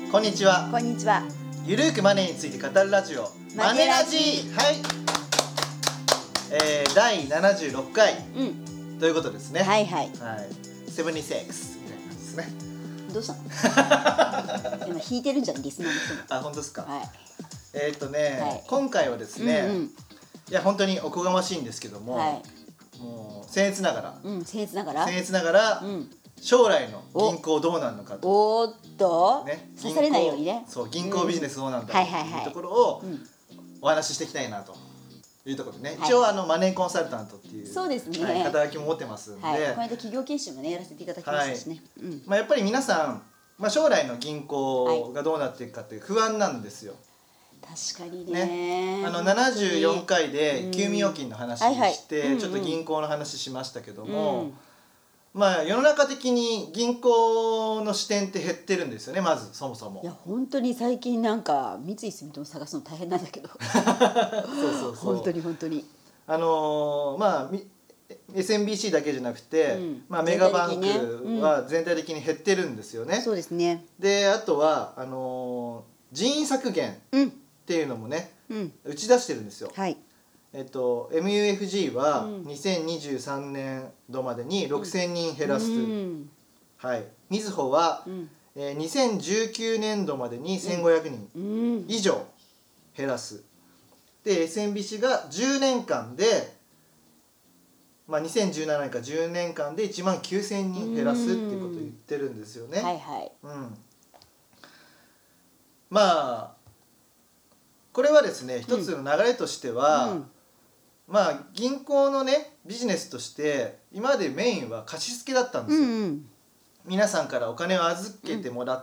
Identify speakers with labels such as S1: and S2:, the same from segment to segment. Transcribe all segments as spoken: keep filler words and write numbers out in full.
S1: こんにちは。
S2: こんにちは。
S1: ゆるーくマネーについて語るラジオマネラジ。はい、えー、だいななじゅうろっかい、うん、ということですね。
S2: はいはい、はい、
S1: ななじゅうろくみたいな感じですね。
S2: どうしたの今弾いてるんじゃん、リスナーの人も。
S1: あ、本当ですか。
S2: はい、
S1: えー、っとね、はい、今回はですね、うんうん、いや本当におこがましいんですけども、はい、もう僭越ながら、
S2: うん、僭越ながら
S1: 僭越ながら、うん、将来の銀行どうなるのかと、
S2: おーっと、ね、刺されないようにね。
S1: そう、銀行ビジネスどうなんだろうっていうところをお話ししていきたいなというところでね、はい、一応あのマネーコンサルタントっていう、そうですね、はい、肩書きも持ってますんで、はい、この間企業研修もねやらせていただきましたしね、はい、うん、まあ、やっぱり皆さん、まあ、将来の銀行がどうなっていくかっていう不安なんですよ。
S2: 確かに ね,
S1: ね、あのななじゅうよんかいで休眠預金の話して、ちょっと銀行の話しましたけども、うん、まあ世の中的に銀行の支店って減ってるんですよね、まずそもそも。
S2: いや本当に最近なんか三井住友探すの大変なんだけどそうそうそう、本当に本当に
S1: あのー、まあ エスエムビーシー だけじゃなくて、うん、まあ、メガバンクは全体的に減ってるんですよね、うん、そうですね。であとはあのー、人員削減っていうのもね、うん、打ち出してるんですよ、はい。えっと、エムユーエフジー はにせんにじゅうさんねん度までにろくせんにん減らす、うん、はい。みずほは、うん、えー、にせんじゅうきゅうねん度までにせんごひゃくにん以上減らす。で エスエムビーシー がじゅうねんかんで、まあ、にせんじゅうななねんからじゅうねんかんでいちまんきゅうせんにん減らすっていうことを言ってるんですよね、はいはい、うん、まあこれはですね、一つの流れとしては、うん、まあ銀行のねビジネスとして今までメインは貸し付けだったんですよ、うんうん、皆さんからお金を預けてもらって、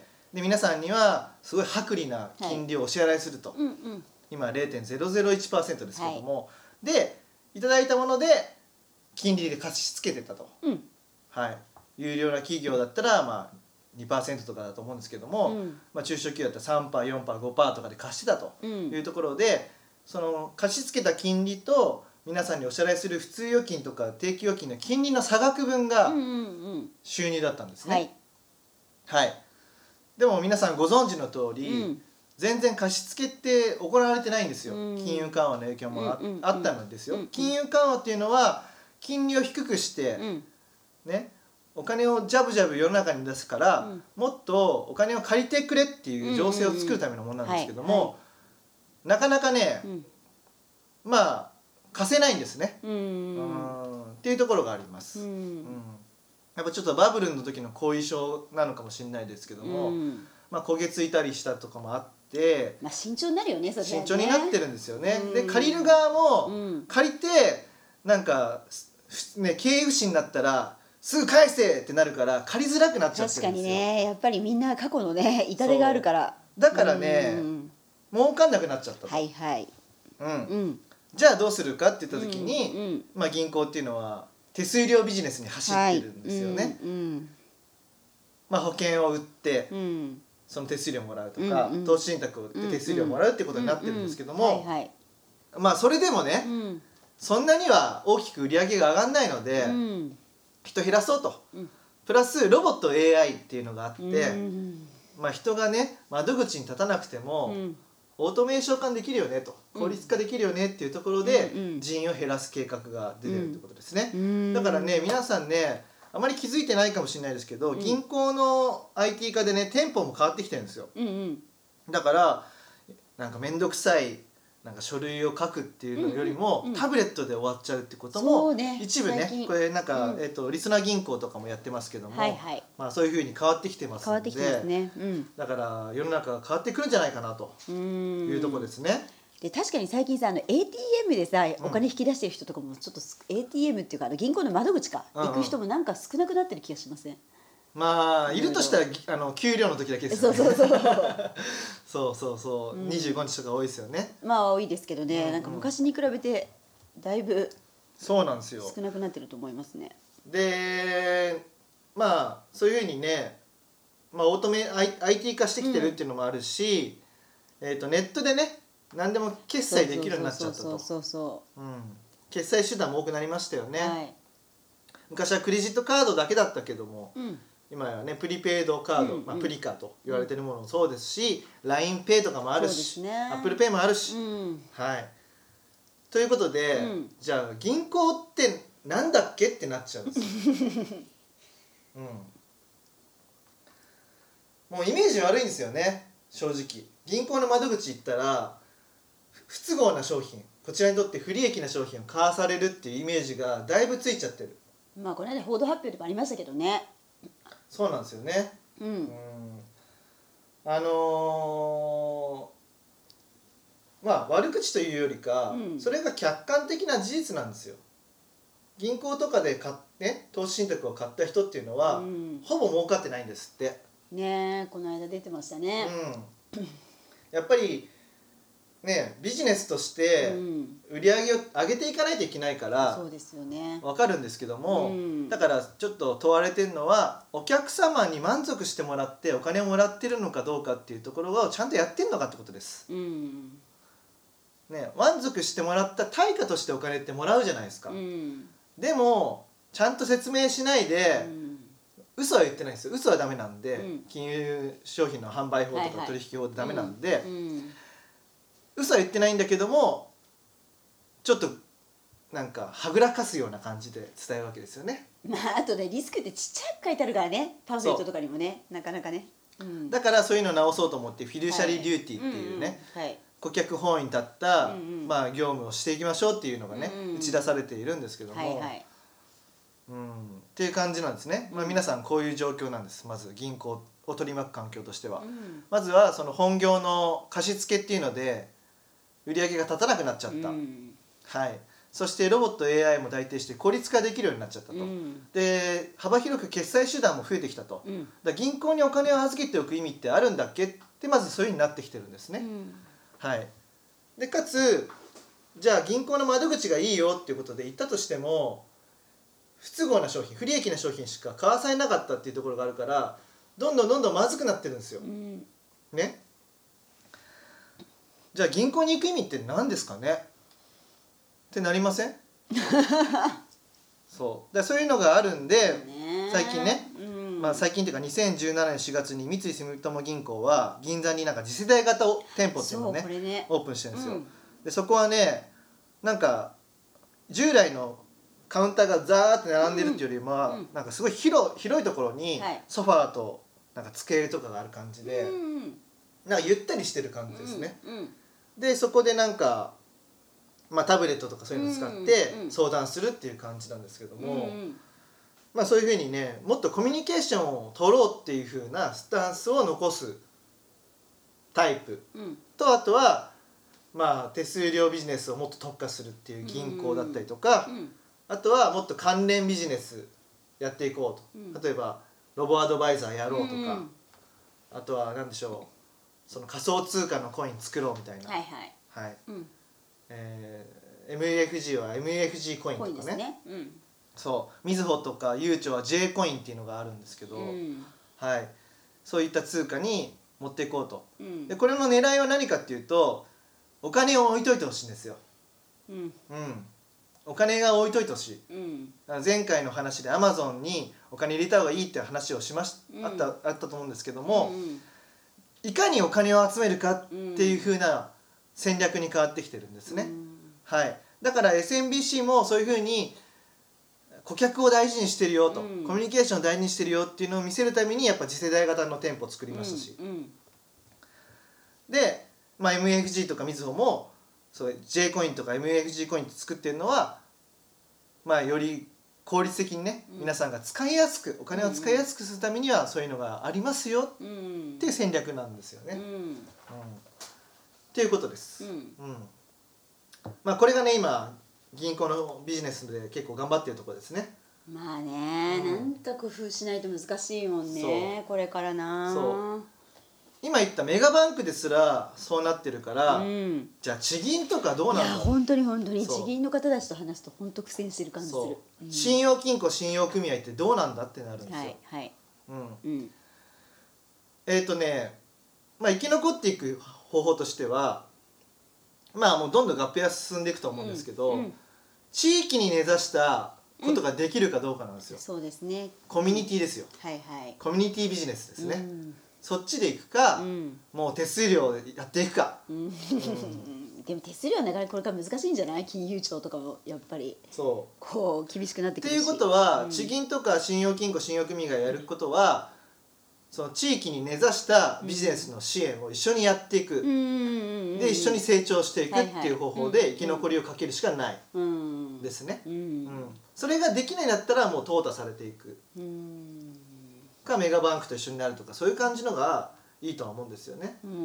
S1: うん、で皆さんにはすごい薄利な金利をお支払いすると、はい、うんうん、今 ゼロてんゼロゼロいちパーセント ですけども、はい、でいただいたもので金利で貸し付けてたと、うん、はい、有料な企業だったらまあにパーセント とかだと思うんですけども、うん、まあ、中小企業だったら さんパーセント、よんパーセント、ごパーセント とかで貸してたというところで、うん、その貸し付けた金利と皆さんにお支払いする普通預金とか定期預金の金利の差額分が収入だったんですね、うんうんうん、はい、はい。でも皆さんご存知の通り、うん、全然貸し付けって行われてないんですよ、うん、金融緩和の影響も あ,、うんうんうん、あったのですよ、うんうん、金融緩和っていうのは金利を低くして、うん、ね、お金をジャブジャブ世の中に出すから、うん、もっとお金を借りてくれっていう情勢を作るためのものなんですけども、なかなかね、うん、まあ貸せないんですね、うん、うんっていうところがあります、うんうん、やっぱちょっとバブルの時の後遺症なのかもしれないですけども、うん、まあ、焦げついたりしたとかもあって、まあ、
S2: 慎重になるよね、それはね、
S1: 慎重になってるんですよね、うん、で借りる側も借りてなんか、ね、経営不振になったらすぐ返せってなるから借りづらくなっちゃってるんですよ。
S2: 確かにね、やっぱりみんな過去のね痛手があるから、
S1: だからね、うん、儲かんなくなっちゃったと、はいはい、うんうん、じゃあどうするかって言った時に、うんうん、まあ、銀行っていうのは手数料ビジネスに走ってるんですよね、はい、うんうん、まあ、保険を売って、うん、その手数料もらうとか、うんうん、投資信託を売って手数料もらうってことになってるんですけども、まあそれでもね、うん、そんなには大きく売り上げが上がんないので、うん、人減らそうと、うん、プラスロボット エーアイ っていうのがあって、うん、まあ、人がね窓口に立たなくても、うん、オートメーション化できるよねと、効率化できるよねっていうところで、うん、人員を減らす計画が出てるってことですね、うん、だからね皆さんねあまり気づいてないかもしれないですけど、うん、銀行の アイティー 化でね店舗も変わってきてるんですよ、うんうん、だからなんかめんどくさいなんか書類を書くっていうのよりも、うんうん、タブレットで終わっちゃうってことも、ね、一部ねこれなんか、うん、えーと、リスナー銀行とかもやってますけども、はいはい、まあ、そういう風に変わってきてますので、変わってきてますね、うん、だから世の中が変わってくるんじゃないかなというところですね。
S2: で確かに最近さあの エーティーエム でさお金引き出してる人とかもちょっと エーティーエム っていうかあの銀行の窓口か、うんうん、行く人もなんか少なくなってる気がしません？
S1: まあいるとしたらあの給料の時だけですよね。そうそうそうそうそうそう、うん、にじゅうごにちとか多いですよね。まあ
S2: 多いですけどね、うんうん、なんか昔に比べてだいぶ
S1: そうなんですよ
S2: 少なくなってると思いますね。
S1: でまあそういうふうにね、まあ、オートメ アイティー 化してきてるっていうのもあるし、うん、えーとネットでね何でも決済できるようになっちゃったと。決済手段も多くなりましたよね、はい、昔はクレジットカードだけだったけども、うん、 今やねプリペイドカード、
S2: うんうん
S1: まあ、プリカと言われてるものもそうですし、うん、ラインペイ とかもあるし、
S2: そうですね、
S1: Apple Pay もあるし、
S2: うん、
S1: はいということで、うん、じゃあ銀行ってなんだっけってなっちゃうんですよ、うん、もうイメージ悪いんですよね正直。銀行の窓口行ったら不都合な商品、こちらにとって不利益な商品を買わされるっていうイメージがだいぶついちゃってる。
S2: まあこれね報道発表でもありましたけどね。
S1: そうなんですよね、
S2: うん、うん、
S1: あのー、まあ悪口というよりか、うん、それが客観的な事実なんですよ。銀行とかで買っ、ね、投資信託を買った人っていうのは、うん、ほぼ儲かってないんですって
S2: ね。この間出てましたね、
S1: うん、やっぱりね、ビジネスとして売り上げを上げていかないといけないから、
S2: そうですよね、
S1: 分かるんですけども、うん、だからちょっと問われてるのはお客様に満足してもらってお金をもらってるのかどうかっていうところをちゃんとやってるのかってことです、うんね、満足してもらった対価としてお金ってもらうじゃないですか、うん、でもちゃんと説明しないで、うん、嘘は言ってないですよ。嘘はダメなんで、うん、金融商品の販売法とか取引法でダメなんで、はいはい、うんうん嘘は言ってないんだけどもちょっとなんかはぐらかすような感じで伝えるわけですよね。
S2: まああとねリスクってちっちゃく書いてあるからねパンフレットとかにもねなかなかね、
S1: うん、だからそういうのを直そうと思ってフィデュシャリーデューティーっていうね、はいうんうんはい、顧客本位に立った、うんうんまあ、業務をしていきましょうっていうのがね、うんうん、打ち出されているんですけども、はいはいうん、っていう感じなんですね、まあ、皆さんこういう状況なんです。まず銀行を取り巻く環境としては、うん、まずはその本業の貸付っていうので売り上げが立たなくなっちゃった、うんはい、そしてロボット エーアイ も代替して効率化できるようになっちゃったと、うん、で幅広く決済手段も増えてきたと、うん、だ銀行にお金を預けておく意味ってあるんだっけってまずそういう風になってきてるんですね、うんはい、でかつじゃあ銀行の窓口がいいよっていうことで言ったとしても不都合な商品不利益な商品しか買わされなかったっていうところがあるからどんどんどんどんまずくなってるんですよ、うん、ね。じゃあ銀行に行く意味って何ですかねってなりませんそうだそういうのがあるんで最近ね、うんまあ、最近っていうかにせんじゅうななねんしがつに三井住友銀行は銀座になんか次世代型店舗っていうのを ね, ねオープンしてるんですよ、うん、でそこはねなんか従来のカウンターがザーって並んでるっていうよりも、うん、なんかすごい 広, 広いところにソファーとなんか机とかがある感じで、うん、なんかゆったりしてる感じですね、うんうん、でそこでなんか、まあ、タブレットとかそういうのを使って相談するっていう感じなんですけども、うんうん、まあそういうふうにねもっとコミュニケーションを取ろうっていうふうなスタンスを残すタイプ、うん、とあとはまあ手数料ビジネスをもっと特化するっていう銀行だったりとか、うんうん、あとはもっと関連ビジネスやっていこうと、うん、例えばロボアドバイザーやろうとか、うんうん、あとは何でしょうその仮想通貨のコイン作ろうみたいな、はいはいはいうんえー、エムユーエフジー は エムユーエフジー コインとか ね, ですね、うん、そうみずほとかゆうちょは J コインっていうのがあるんですけど、うんはい、そういった通貨に持っていこうと、うん、でこれの狙いは何かっていうとお金を置いといてほしいんですよ、うんうん、お金が置いといてほしい、うん、前回の話で Amazon にお金入れた方がいいって話をしまし、うん、あった、あったと思うんですけども、うんうんいかにお金を集めるかっていう風な戦略に変わってきてるんですね、うんはい、だから エスエムビーシー もそういう風に顧客を大事にしてるよと、うん、コミュニケーションを大事にしてるよっていうのを見せるためにやっぱ次世代型の店舗を作りましたし、うんうん、で、まあ、エムユーエフジー とかみずほもそう J コインとか エムユーエフジー コインって作ってるのは、まあ、より効率的にね、うん、皆さんが使いやすくお金を使いやすくするためにはそういうのがありますよっていう戦略なんですよね、うんうん、っていうことです、うんうんまあ、これがね今銀行のビジネスで結構頑張ってるところですね。
S2: まあね、うん、なんか工夫しないと難しいもんねこれからな。
S1: そう今言ったメガバンクですらそうなってるから、うん、じゃあ地銀とかどうなんだろう。いや
S2: 本当に本当に地銀の方たちと話すと本当苦戦してる感じする、
S1: うん、信用金庫信用組合ってどうなんだってなるんですよ。はいはいうんうん、えっ、ー、とねまあ生き残っていく方法としてはまあもうどんどん合併は進んでいくと思うんですけど、うんうん、地域に根ざしたことができるかどうかなんですよ、
S2: うん、そうですね。
S1: コミュニティですよ、
S2: はいはい。
S1: コミュニティビジネスですね、
S2: うん、
S1: そっちで行くか、
S2: うん、
S1: もう手数料でやっていくか、
S2: うん、でも手数料はなかなかこれから難しいんじゃない？金融庁とかもやっぱり
S1: そう
S2: こう厳しくなってくるし。
S1: っていうことは、
S2: うん、
S1: 地銀とか信用金庫信用組合がやることは、その地域に根ざしたビジネスの支援を一緒にやっていく、で一緒に成長していくっていう方法で生き残りをかけるしかないですね、うんうん、それができないんだったらもう淘汰されていく、うん、かメガバンクと一緒になるとか、そういう感じのがいいとは思うんですよね、うんうん、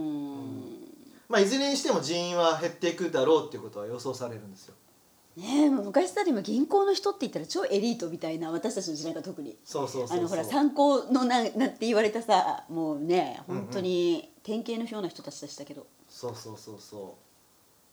S1: まあ、いずれにしても人員は減っていくだろうっていうことは予想されるんですよ
S2: ね。え昔さでも銀行の人って言ったら超エリートみたいな、私たちの時代が特に
S1: そうそうそうそう、
S2: あのほら参考のななって言われたさ、もうね本当に典型のような人たちでしたけど、うんうん、
S1: そうそうそうそう。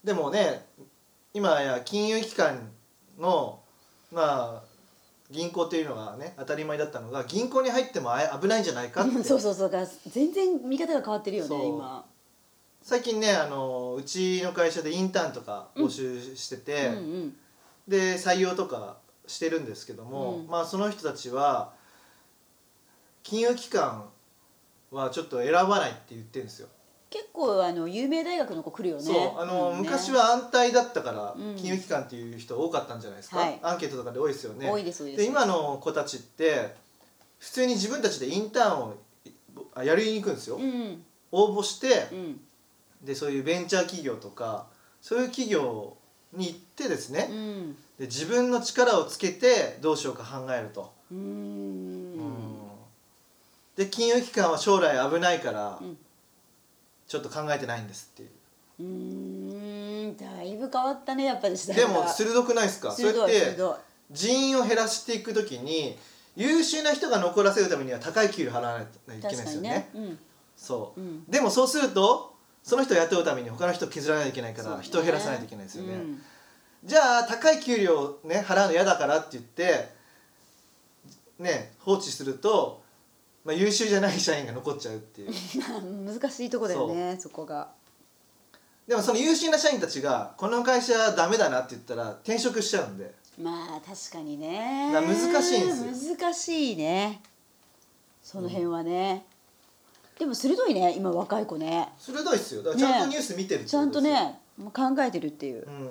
S1: でもね、今や金融機関のまあ銀行っていうのがね当たり前だったのが、銀行に入っても危ないんじゃないかって
S2: そうそうそう、全然見方が変わってるよね今。
S1: 最近ね、あのうちの会社でインターンとか募集してて、うんうんうん、で採用とかしてるんですけども、うん、まあその人たちは金融機関はちょっと選ばないって言ってるんですよ。
S2: 結構あの有名大学の子来るよね。
S1: そうあの、うんね、昔は安泰だったから金融機関っていう人多かったんじゃないですか、うん、アンケートとかで多いですよね。
S2: 多いです多いです。
S1: で今の子たちって普通に自分たちでインターンをやりに行くんですよ、うん、応募して、うん、でそういうベンチャー企業とかそういう企業に行ってですね、うん、で自分の力をつけてどうしようか考えると。うーん、うん、で金融機関は将来危ないから、うん、ちょっと考えてないんですっていう。う
S2: ーん、だいぶ変わったねやっぱり時代が。
S1: でも鋭くないですか？そうやって人員を減らしていくときに優秀な人が残らせるためには高い給料払わないといけないですよね。確かにね、うん、そう、うん、でもそうするとその人を雇うために他の人を削らないといけないから、人を減らさないといけないですよね、うん、じゃあ高い給料を、ね、払うの嫌だからって言って、ね、放置すると、まあ、優秀じゃない社員が残っちゃうっていう
S2: 難しいとこだよね そ, そこが。
S1: でもその優秀な社員たちがこの会社ダメだなって言ったら転職しちゃうんで、
S2: まあ確かにね
S1: 難しいんです
S2: よ。難しいねその辺はね、うん、でも鋭いね今若い子ね。
S1: 鋭いっすよ。だからちゃんとニュース見てるってことですよ、ね、
S2: ちゃんとね考えてるっていう、
S1: うん、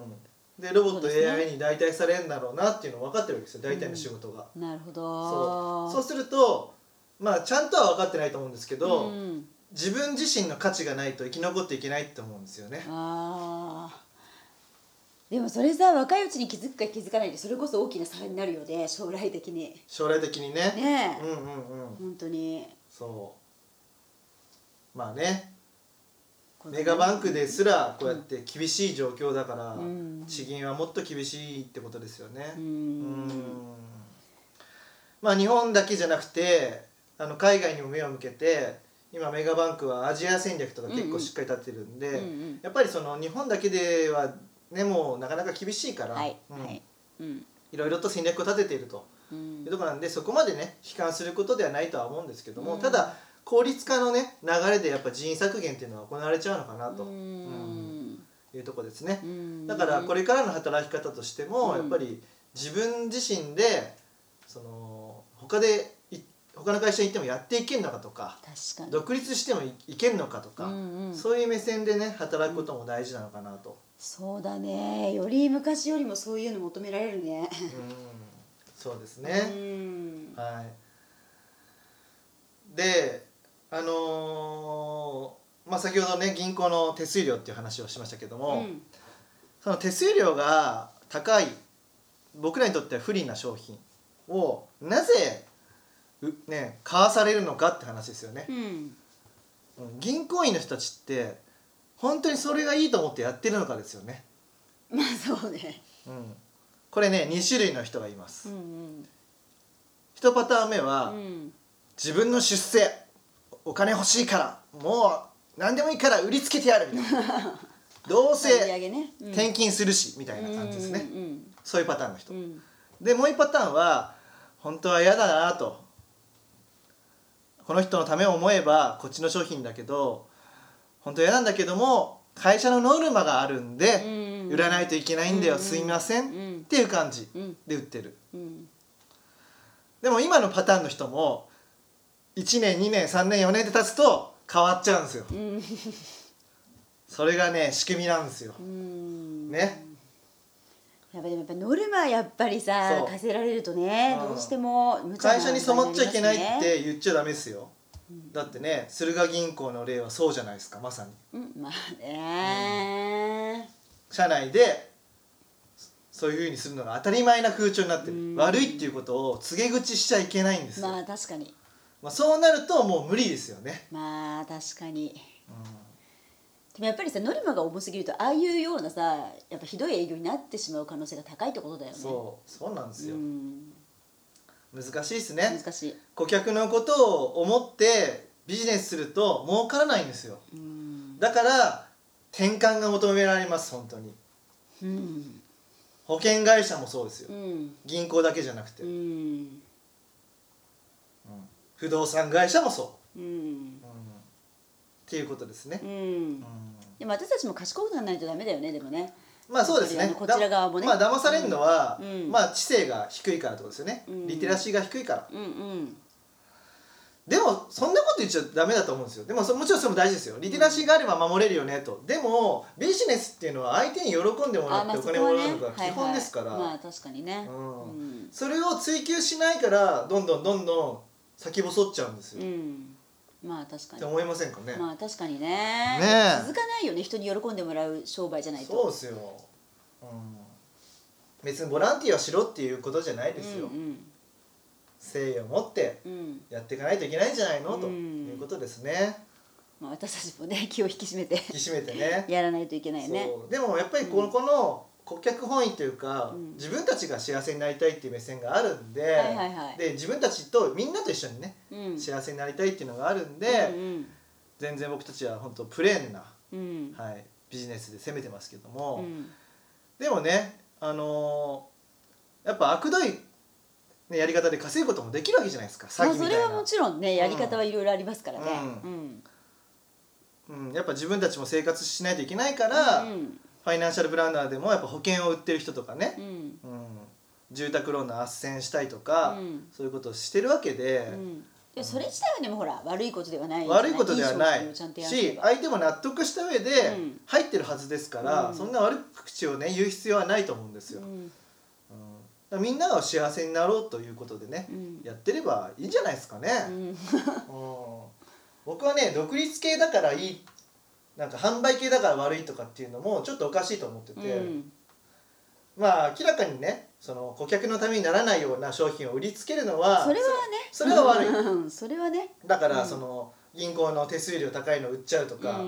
S1: でロボット エーアイ に代替されるんだろうなっていうの分かってるわけですよ、大体の仕事が、
S2: うん、なるほど。
S1: そうそうするとまあちゃんとは分かってないと思うんですけど、うん、自分自身の価値がないと生き残っていけないって思うんですよね。あ
S2: でもそれさ若いうちに気づくか気づかないでそれこそ大きな差になるよね将来的に。
S1: 将来的にね。
S2: ねえ、
S1: うんうんうん、
S2: 本当に
S1: そうまあねメガバンクですらこうやって厳しい状況だから、うん、地銀はもっと厳しいってことですよね。うんうんまあ日本だけじゃなくてあの海外にも目を向けて今メガバンクはアジア戦略とか結構しっかり立ってるんで、うんうん、やっぱりその日本だけではねもうなかなか厳しいから、はいうんはいうん、いろいろと戦略を立てているというところなんで、そこまでね悲観することではないとは思うんですけども、うん、ただ効率化のね流れでやっぱ人員削減っていうのは行われちゃうのかなと、うん、いうところですね。だからこれからの働き方としてもやっぱり自分自身でその他で他の会社に行ってもやっていけるのかとか、確かに独立しても い, いけるのかとか、うんうん、そういう目線でね働くことも大事なのかなと、うん、
S2: そうだねより昔よりもそういうの求められるね。うん
S1: そうですね、うんはい、であのー、まあ先ほどね銀行の手数料っていう話をしましたけども、うん、その手数料が高い僕らにとっては不利な商品をなぜね、買わされるのかって話ですよね、うん、銀行員の人たちって本当にそれがいいと思ってやってるのかですよね。
S2: まあそうね、
S1: うん、これねに種類の人がいます、うんうん、いちパターン目は、うん、自分の出世お金欲しいからもう何でもいいから売りつけてやるみたいなどうせ転勤するしみたいな感じですね、うんうんうん、そういうパターンの人、うん、でもういちパターンは本当は嫌だなとこの人のためを思えばこっちの商品だけど本当嫌なんだけども会社のノルマがあるんで、うんうん売らないといけないんだよ、
S2: うん、
S1: すいません、
S2: うん、
S1: っていう感じで売ってる、
S2: うん、
S1: でも今のパターンの人もいちねんにねんさんねんよねんって経つと変わっちゃうんですよ、うん、それがね仕組みなんですよ、うん、ね。
S2: やっぱりやっぱノルマやっぱりさ課せられるとね、うん、どうしても無茶な、
S1: 会社に染まっちゃいけないって言っちゃダメですよ、うん、だってね駿河銀行の例はそうじゃないですか、まさに、うん、まあね、うん、社内でそういう風にするのが当たり前な風潮になってる、うん、悪いっていうことを告げ口しちゃいけないんですよ。
S2: まあ確かに、
S1: まあ、そうなるともう無理ですよね。
S2: まあ確かに、うんでもやっぱりさノルマが重すぎるとああいうようなさやっぱひどい営業になってしまう可能性が高いってことだよね。
S1: そうそうなんですよ、うん、難しいですね。
S2: 難しい。
S1: 顧客のことを思ってビジネスすると儲からないんですよ、うん、だから転換が求められます本当に、うん、保険会社もそうですよ、うん、銀行だけじゃなくて、うんうん、不動産会社もそう、うんうんっていうことですね、うんうん、
S2: でも私たちも賢くならないとダメだよね。でもね
S1: まあそうですね、
S2: こちら側もね、
S1: まあ騙されるのは、
S2: うん、
S1: まあ知性が低いからってことですよね、うん、リテラシーが低いから、うんうん、でもそんなこと言っちゃダメだと思うんですよ。でもそもちろんそれも大事ですよ。リテラシーがあれば守れるよねと。でもビジネスっていうのは相手に喜んでもらってお金をもらうのが基本ですから、
S2: まあ、ねはいはい、まあ確かにね、うん
S1: うん、それを追求しないからどんどんどんどん先細っちゃうんですよ、うん、
S2: まあ確かに
S1: って思いませんかね。
S2: まあ確かに ね, ね続かないよね、人に喜んでもらう商売じゃないと。
S1: そうですよ、うん、別にボランティアをしろっていうことじゃないですよ、うんうん、誠意を持ってやっていかないといけないんじゃないの、うん、ということですね、
S2: まあ、私たちもね気を引き締めて引
S1: き締めてね
S2: やらないといけないね。
S1: そうでもやっぱりこの、うん、この顧客本位というか、うん、自分たちが幸せになりたいっていう目線があるんで、はいはいはい、で自分たちとみんなと一緒にね、うん、幸せになりたいっていうのがあるんで、うんうん、全然僕たちは本当プレーンな、うんはい、ビジネスで攻めてますけども、うん、でもね、あのー、やっぱ悪どい、ね、やり方で稼ぐこともできるわけじゃないですか、詐欺みたいな、まあ、それは
S2: もちろんねやり方はいろいろありますからね、
S1: うんうんうん、やっぱ自分たちも生活しないといけないから、うんファイナンシャルプランナーでもやっぱ保険を売ってる人とかね、うんうん、住宅ローンの斡旋したいとか、うん、そういうことをしてるわけで、うん、
S2: でそれ自体はでもほら悪いことではない
S1: 悪いことではないし相手も納得した上で入ってるはずですから、うん、そんな悪口をね言う必要はないと思うんですよ、うんうん、みんなが幸せになろうということでね、うん、やってればいいんじゃないですかね、うんうん、僕はね独立系だからいいなんか販売系だから悪いとかっていうのもちょっとおかしいと思ってて、うん、まあ明らかにねその顧客のためにならないような商品を売りつけるのは
S2: それはね
S1: それは悪い
S2: それはね
S1: だからその銀行の手数料高いの売っちゃうとか、うん、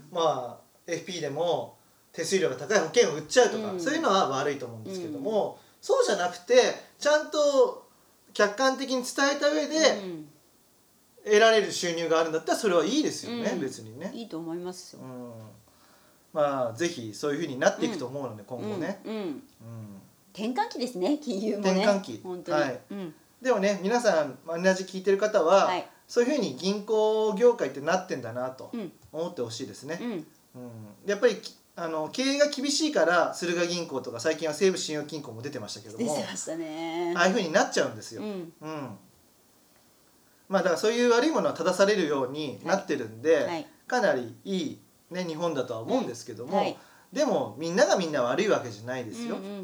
S1: まあ エフピー でも手数料が高い保険を売っちゃうとか、うん、そういうのは悪いと思うんですけども、うん、そうじゃなくてちゃんと客観的に伝えた上で、うん得られる収入があるんだったらそれはいいですよね、うん、別にね
S2: いいと思いますよ、うん、
S1: まあぜひそういう風になっていくと思うので、うん、今後ね、うんうん、
S2: 転換期ですね金融もね
S1: 転換期本当に、はいうん、でもね皆さんマネージ聞いてる方は、はい、そういう風に銀行業界ってなってんだなと思ってほしいですね、うんうん、やっぱりあの経営が厳しいから駿河銀行とか最近は西武信用金庫も出てましたけども
S2: 出てましたね
S1: ああいう風になっちゃうんですよ、うんうんまあ、だからそういう悪いものは正されるようになってるんで、はいはい、かなりいい、ね、日本だとは思うんですけども、うんはい、でもみんながみんな悪いわけじゃないですよ、うんうんうん、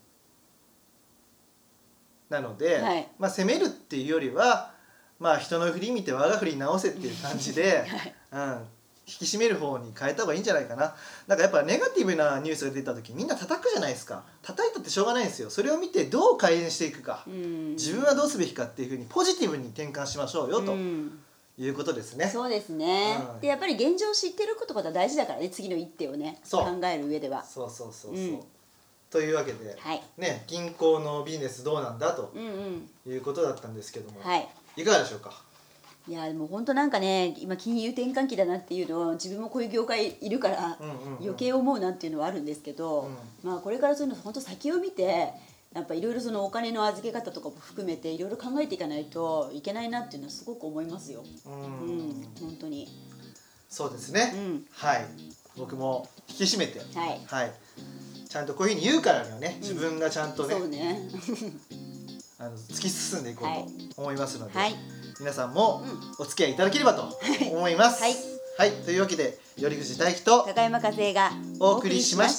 S1: なので、はいまあ、責めるっていうよりは、まあ、人の振り見て我が振り直せっていう感じで、はいうん、引き締める方に変えた方がいいんじゃないかな。なんかやっぱネガティブなニュースが出た時みんな叩くじゃないですか。叩いたってしょうがないんですよ。それを見てどう改善していくか、自分はどうすべきかっていうふうにポジティブに転換しましょうよということですね。
S2: そうですね、うん、でやっぱり現状を知ってることが大事だからね、次の一手をね考える上では。そうそうそうそう、うん、
S1: というわけで、はいね、銀行のビジネスどうなんだということだったんですけども、はい、いかがでしょうか。
S2: いやでも本当なんかね今金融転換期だなっていうのを自分もこういう業界いるから余計思うなっていうのはあるんですけど、うん、まあこれからそういうの本当先を見てやっぱいろいろそのお金の預け方とかも含めていろいろ考えていかないといけないなっていうのはすごく思いますよ。うん、うん、本当に
S1: そうですね、うん、はい僕も引き締めて、はい、はいちゃんとこういうふうに言うからにはね、自分がちゃんとね、
S2: うん、そうね
S1: あの突き進んでいこうと思いますので、
S2: はい、
S1: 皆さんもお付き合いいただければと思います。
S2: はい、
S1: はい、というわけで頼藤大樹と
S2: 高山和恵が
S1: お送りしました。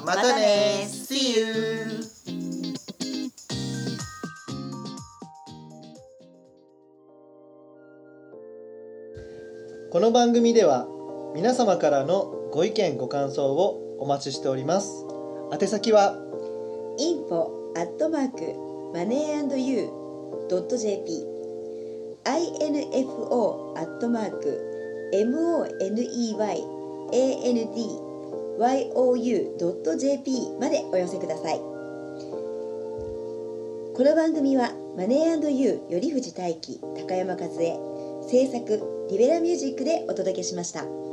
S1: またね。See you。この番組では皆様からのご意見ご感想をお待ちしております。宛先は
S2: インフォ アットマーク マネー アンド ユー ドット ジェーピー インフォ アットマーク モネー アンド ユー ドット ジェーピー までお寄せください。この番組はマネー アンド ユー 頼藤大樹、高山和恵、制作リベラミュージックでお届けしました。